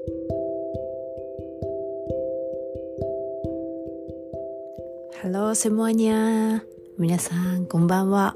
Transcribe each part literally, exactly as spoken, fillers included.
ハローセモアニア、皆さんこんばんは、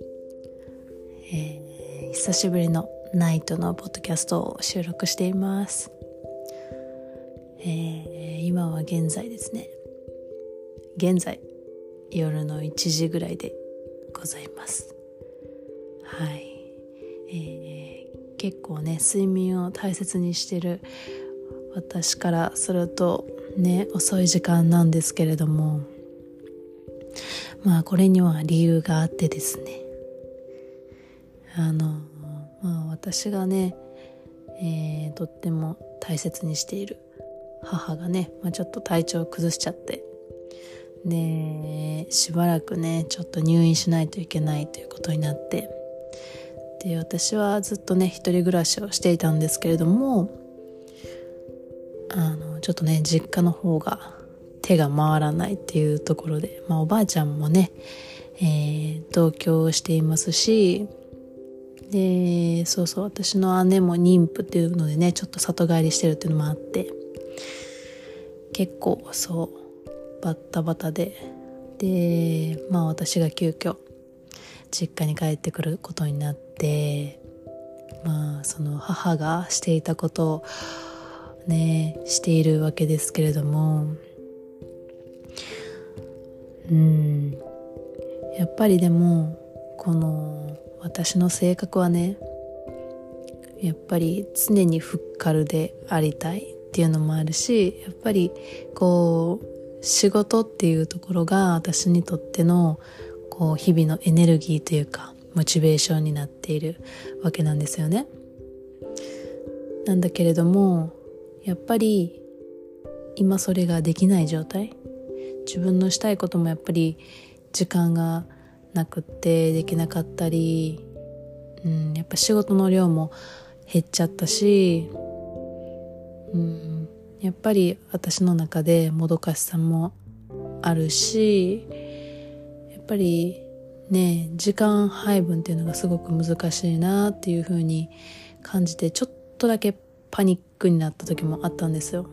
えー、久しぶりのナイトのポッドキャストを収録しています、えー、今は現在ですね現在夜のいちじぐらいでございます。はい、えー、結構ね睡眠を大切にしてる私からするとね遅い時間なんですけれども、まあこれには理由があってですね、あのまあ私がね、えー、とっても大切にしている母がね、まあ、ちょっと体調を崩しちゃって、でしばらくねちょっと入院しないといけないということになって、で私はずっとね一人暮らしをしていたんですけれども、あのちょっとね実家の方が手が回らないっていうところで、まあ、おばあちゃんもね、えー、同居していますし、でそうそう私の姉も妊婦っていうのでねちょっと里帰りしてるっていうのもあって、結構そうバッタバタで、でまあ私が急遽実家に帰ってくることになって、まあその母がしていたことをねしているわけですけれども、うんやっぱりでもこの私の性格はねやっぱり常にフッカルでありたいっていうのもあるし、やっぱりこう仕事っていうところが私にとってのこう日々のエネルギーというかモチベーションになっているわけなんですよね。なんだけれどもやっぱり今それができない状態、自分のしたいこともやっぱり時間がなくってできなかったり、うん、やっぱ仕事の量も減っちゃったし、うん、やっぱり私の中でもどかしさもあるし、やっぱりね時間配分っていうのがすごく難しいなっていう風に感じて、ちょっとだけパニックになった時もあったんですよ。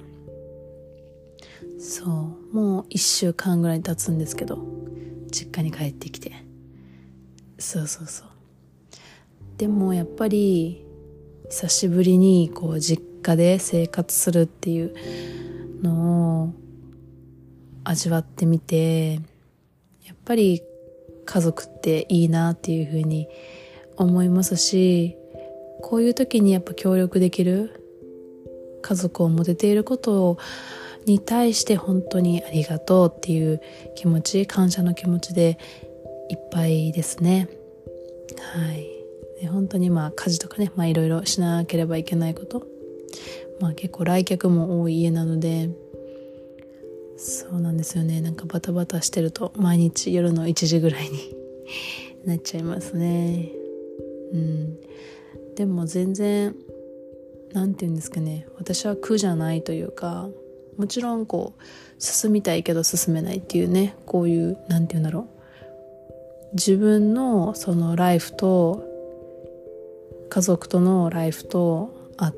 そうもう一週間ぐらい経つんですけど実家に帰ってきて、そうそうそうでもやっぱり久しぶりにこう実家で生活するっていうのを味わってみて、やっぱり家族っていいなっていうふうに思いますし、こういう時にやっぱ協力できる家族を持てていることに対して本当にありがとうっていう気持ち、感謝の気持ちでいっぱいですね。はい。で本当にまあ家事とかね、まあいろいろしなければいけないこと、まあ結構来客も多い家なので、そうなんですよね。なんかバタバタしてると毎日夜のいちじぐらいになっちゃいますね。うん。でも全然なんていうんですかね、私は苦じゃないというか、もちろんこう進みたいけど進めないっていうね、こういうなんていうんだろう、自分のそのライフと家族とのライフとあって、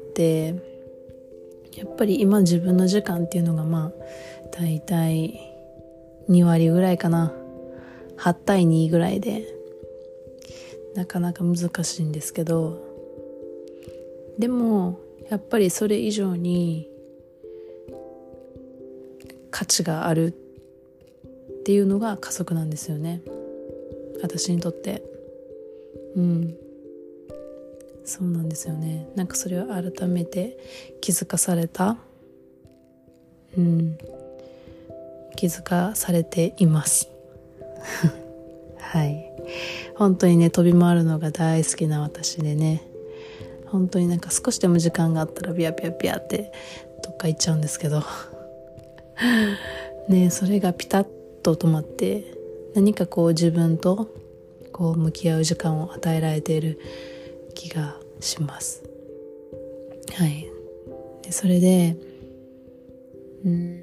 やっぱり今自分の時間っていうのがまあだいたいにわりぐらいかな、はちたいにぐらいでなかなか難しいんですけど、でもやっぱりそれ以上に価値があるっていうのが家族なんですよね、私にとって。うんそうなんですよね。なんかそれを改めて気づかされた、うん気づかされていますはい本当にね飛び回るのが大好きな私でね、本当になんか少しでも時間があったらビャビャビャってどっか行っちゃうんですけどね、それがピタッと止まって何かこう自分とこう向き合う時間を与えられている気がします。はいでそれでうん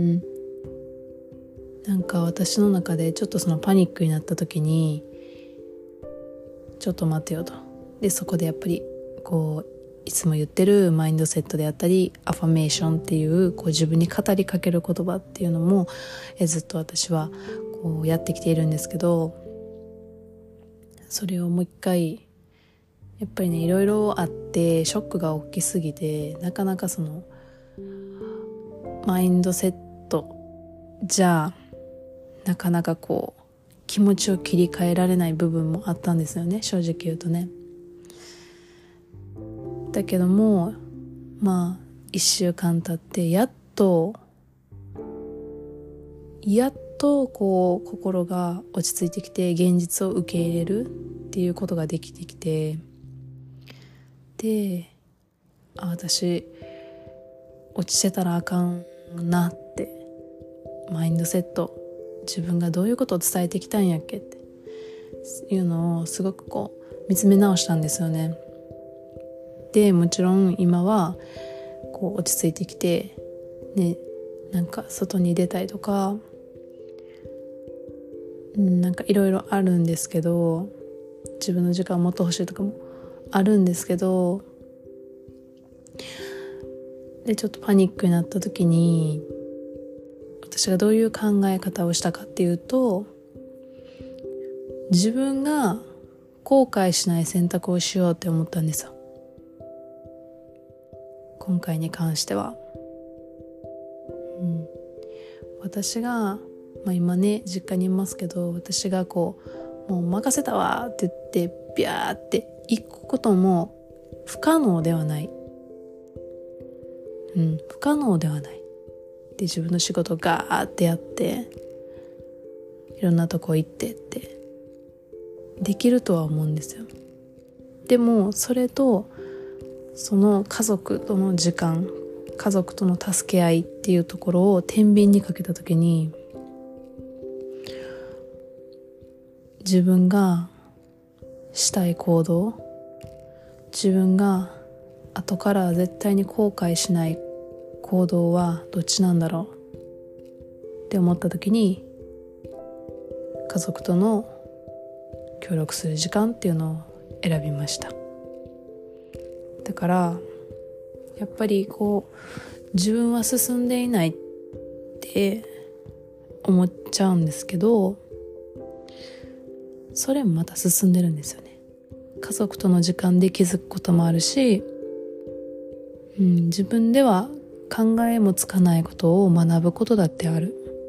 なんか私の中でちょっとそのパニックになった時にちょっと待てよと、でそこでやっぱりこういつも言ってるマインドセットであったりアファメーションっていうこう自分に語りかける言葉っていうのもえずっと私はこうやってきているんですけど、それをもう一回やっぱりねいろいろあってショックが大きすぎて、なかなかそのマインドセットじゃなかなかこう気持ちを切り替えられない部分もあったんですよね、正直言うとね。だけどもまあ一週間経ってやっとやっとこう心が落ち着いてきて現実を受け入れるっていうことができてきて、であ私落ちてたらあかんなって、マインドセット自分がどういうことを伝えてきたんやっけっていうのをすごくこう見つめ直したんですよね。でもちろん今はこう落ち着いてきてね、なんか外に出たりとか、うん、なんかいろいろあるんですけど、自分の時間をもっと欲しいとかもあるんですけど、でちょっとパニックになった時に私がどういう考え方をしたかっていうと、自分が後悔しない選択をしようって思ったんですよ、今回に関しては。うん、私が、まあ、今ね実家にいますけど、私がこうもう任せたわって言ってビャーって行くことも不可能ではない、うん、不可能ではない。で自分の仕事ガーってやっていろんなとこ行ってってできるとは思うんですよ。でもそれとその家族との時間、家族との助け合いっていうところを天秤にかけたときに、自分がしたい行動、自分が後から絶対に後悔しない行動はどっちなんだろうって思ったときに、家族との協力する時間っていうのを選びました。だからやっぱりこう自分は進んでいないって思っちゃうんですけど、それもまた進んでるんですよね。家族との時間で気づくこともあるし、うん、自分では考えもつかないことを学ぶことだってある、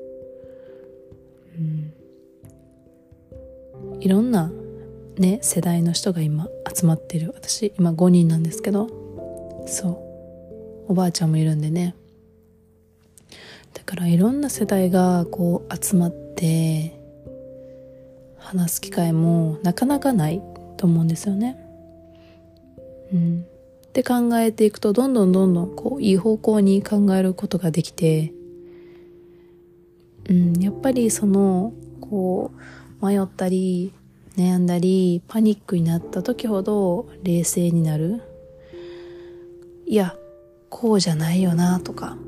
うん、いろんなね世代の人が今集まってる。私今ごにんなんですけど、そうおばあちゃんもいるんでね。だからいろんな世代がこう集まって話す機会もなかなかないと思うんですよね。うん。で考えていくとどんどんどんどんこういい方向に考えることができて、うん、やっぱりそのこう迷ったり悩んだりパニックになった時ほど冷静になる。いやこうじゃないよなとか、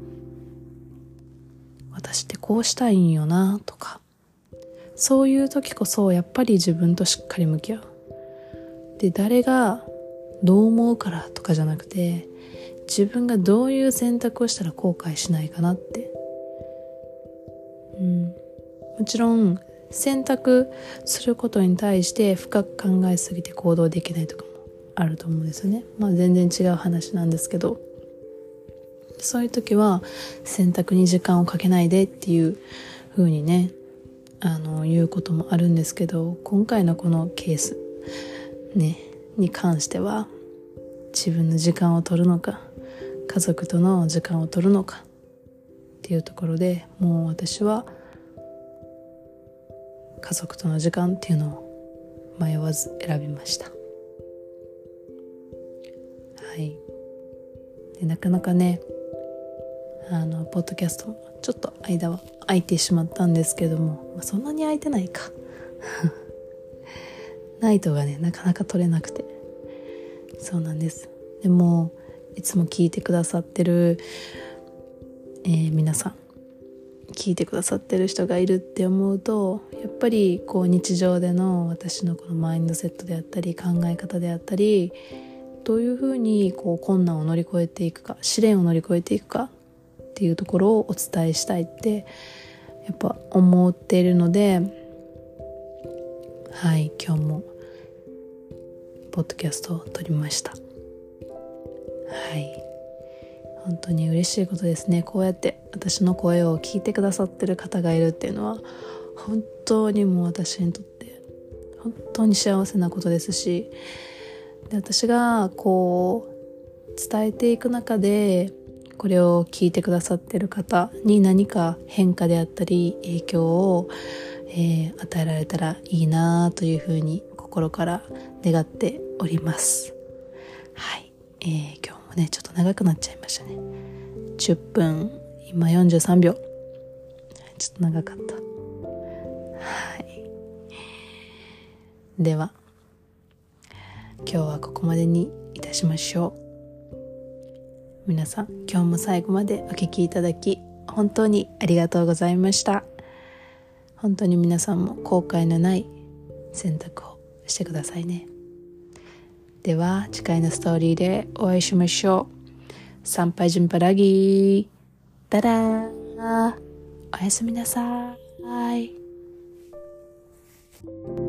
私ってこうしたいんよなとか、そういう時こそやっぱり自分としっかり向き合う。で誰がどう思うからとかじゃなくて、自分がどういう選択をしたら後悔しないかなって、うん、もちろん選択することに対して深く考えすぎて行動できないとかもあると思うんですよね。まあ全然違う話なんですけど、そういう時は選択に時間をかけないでっていう風にねあの言うこともあるんですけど、今回のこのケースねに関しては自分の時間を取るのか家族との時間を取るのかっていうところで、もう私は家族との時間っていうのを迷わず選びました。はい。でなかなかねあのポッドキャストもちょっと間は空いてしまったんですけども、まあ、そんなに空いてないかナイトがねなかなか取れなくて、そうなんです。でもいつも聞いてくださってる、えー、皆さん聞いてくださってる人がいるって思うと、やっぱりこう日常での私のこのマインドセットであったり考え方であったりどういうふうにこう困難を乗り越えていくか、試練を乗り越えていくかっていうところをお伝えしたいってやっぱ思っているので、はい、今日もポッドキャストを撮りました。はい、本当に嬉しいことですね。こうやって私の声を聞いてくださってる方がいるっていうのは本当にもう私にとって本当に幸せなことですし、で私がこう伝えていく中でこれを聞いてくださってる方に何か変化であったり影響を、えー、与えられたらいいなというふうに心から願っております。はい、えー、今日もねちょっと長くなっちゃいましたね。じゅっぷん、今よんじゅうさんびょう、ちょっと長かった。はい、では今日はここまでにいたしましょう。皆さん今日も最後までお聞きいただき本当にありがとうございました。本当に皆さんも後悔のない選択をしてくださいね。では次回のストーリーでお会いしましょう。Sampai jumpa lagi. Dadah. おやすみなさい。